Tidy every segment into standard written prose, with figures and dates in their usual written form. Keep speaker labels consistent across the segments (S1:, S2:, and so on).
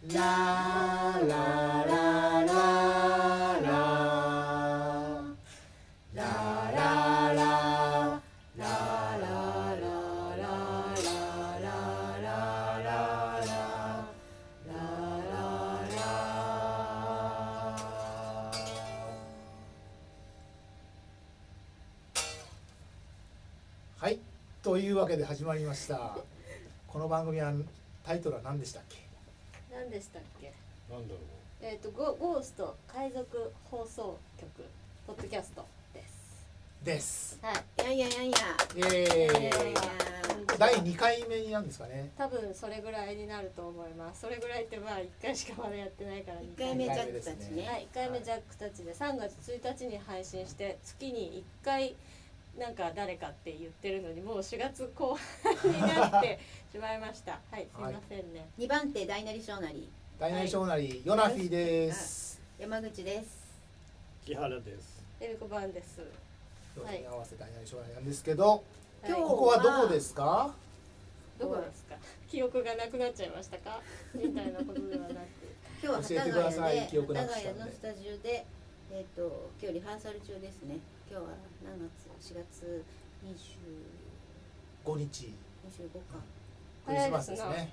S1: ララララララララはい、というわけで始まりました。この番組はタイトルは何でしたっけ？
S2: 何でしたっけ？
S3: なんだろ
S2: ゴースト海賊放送局ポッドキャストです。はい。
S1: イエーイ。第2回目になるんですかね。
S2: 多分それぐらいになると思います。それぐらいってまあ1回しかまだやってないから
S4: 1回目ジャックたちね。
S2: はい、1回目ジャックたちで3月1日に配信して月に1回なんか誰かって言ってるのにもう4月後半になってしまいました。はい、すいませんね。
S4: 2番手大なり小なり。
S1: 大なり小なり、ヨナフィです。
S4: 山口です。
S3: 木原です。
S2: エルコバンです。
S1: はい。合わせ大なり小なりなんですけど、
S4: 今日
S1: ここはどこですか？
S2: どこですか？記憶がなくなっちゃいましたか？みたいなことではなく。
S4: 今日は
S1: 教えてください。記憶なくしたんで。
S4: 幡ヶ谷のスタジオで、今日リハーサル中ですね。今日は何月？4月
S1: 25日。
S4: 25か。
S1: クリスマスですね。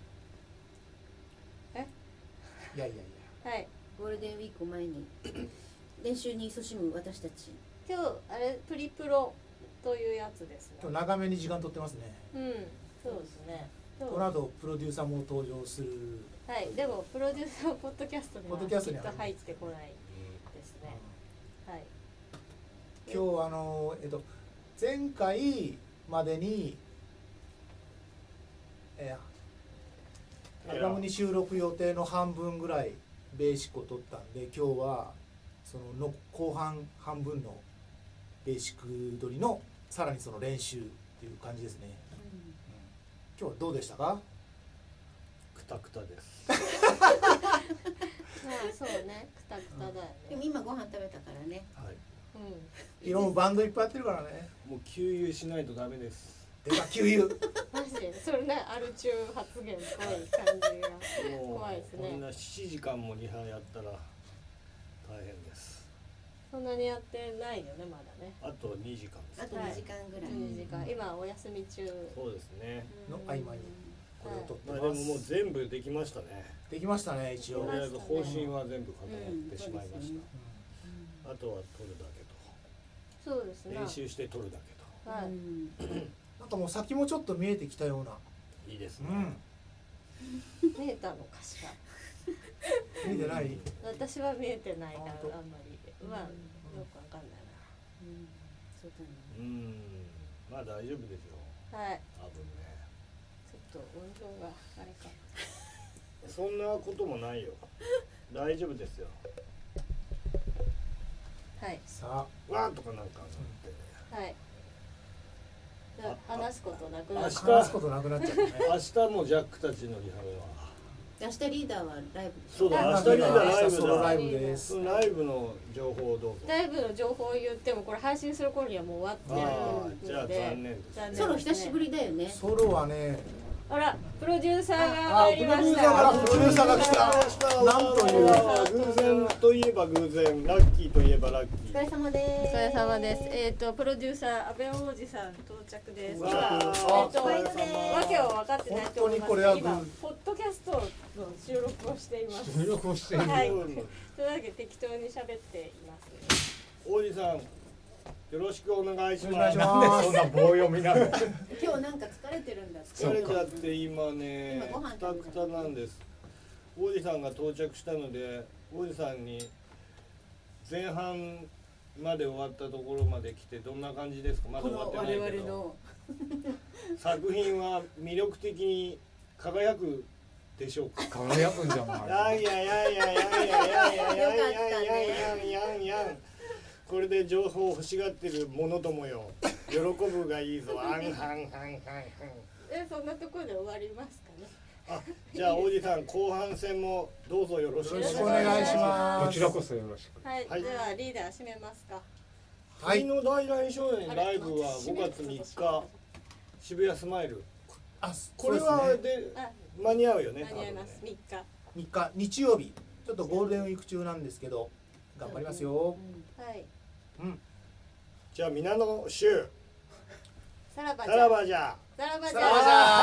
S1: いや。
S2: はい。
S4: ゴールデンウィークを前に練習に勤しむ私たち。
S2: 今日あれプリプロというやつですね。
S1: 今日長めに時間取ってますね。
S2: うん、そうですね。
S1: この後プロデューサーも登場する。
S2: はい。でもプロデューサーポッドキャストにはきっと入ってこないですね。はい。
S1: 今日前回までにアルバムに収録予定の半分ぐらいベーシックを取ったんで、今日はその後半半分のベーシック取りのさらにその練習っていう感じですね。今日はどうでしたか？
S3: クタクタです。
S2: まあそうね、クタクタだよね。
S4: でも今ご飯食べたからね。
S3: はい。
S1: いろんなバンドいっぱいやってるからね。
S3: もう給油しないとダメです。
S1: でか給油。
S2: マジでそれね、アル中発言っぽい感じが怖いですね。
S3: こんな7時間もリハやったら大変です。
S2: そんなにやってないよね、まだね。
S3: あと2時間です。
S4: あと2時間ぐらい。
S2: 2時間。今お休み中。
S3: そうですね。
S1: の合間にこれを撮ってます。
S3: でももう全部できましたね。
S1: できましたね、一応。
S3: とりあえず方針は全部固まってしまいました。あとは撮るだけと。
S2: そうですね。
S3: 練習して撮るだけと。
S2: はい。
S1: なんかもう先もちょっと見えてきたような。
S3: いいですね。
S2: 見えたのかしら。
S1: 見えてない？
S2: 私は見えてないからあんまり。まあよくわかんないな。
S4: そうだね。
S3: まあ大丈夫ですよ。
S2: はい。
S3: 多分ね。
S2: ちょっと音量があれか。
S3: そんなこともないよ。大丈夫ですよ。
S2: はい。
S1: さあ。
S3: わーとかなんか
S2: はい。話すことなくなっちゃう。
S1: 話すことなくなっちゃうね。
S3: 明日もジャックたちのリハは。
S4: 明日リーダーはライブ。
S3: そうだ、明日リーダーライブ
S1: ソロ
S3: だ。
S1: ライブです。
S3: ライブの情報をどうぞ。
S2: ライブの情報を言ってもこれ配信する頃にはもう終わってるので。
S3: じゃあ残念ですね。
S4: ソロ久しぶりだよね。
S1: ソロはね。
S2: あら、プロデューサーが入りました。
S1: プロデューサーが来た。なんという
S3: 偶然といえば偶然、ラッキーといえばラッキー。
S4: お疲れ様です。
S2: お疲れ様です。プロデューサー安倍王子さん到着です。
S1: わ
S2: けを分かってないと思います。今ポッドキャストの収録をしています。
S1: 収録をしている。
S2: はい。というわけで適当に喋っています。
S3: 王子さん。よろしくお願いします。
S1: なんでそんな棒読みなの？
S4: 今日なんか疲れてるんだって。
S3: 疲れちゃって今ね、クタクタなんです。王子さんが到着したので、王子さんに前半まで終わったところまで来てどんな感じですか？まだ終わってないけど。
S4: 我々の
S3: 作品は魅力的に輝くでしょうか？
S1: 輝くんじゃない？
S3: いやこれで情報を欲しがってる者どもよ、喜ぶがいいぞ。
S2: そんなところで終わりますかね。
S3: あ、じゃあ王子さん後半戦もどうぞよろしく
S1: お願いします。
S5: こちらこそよろしく。
S2: はい、ではリーダー締めますか。
S3: 次の大来少年ライブは5月3日渋谷スマイル。これはで間に合うよね。
S2: 間に合います。3日。
S1: 3日日曜日ちょっとゴールデンウィーク中なんですけど頑張りますよ。
S2: はい。
S3: じゃあ皆の衆
S2: さらば
S3: さらばじゃ。
S2: さらばじ
S1: さらばじゃ。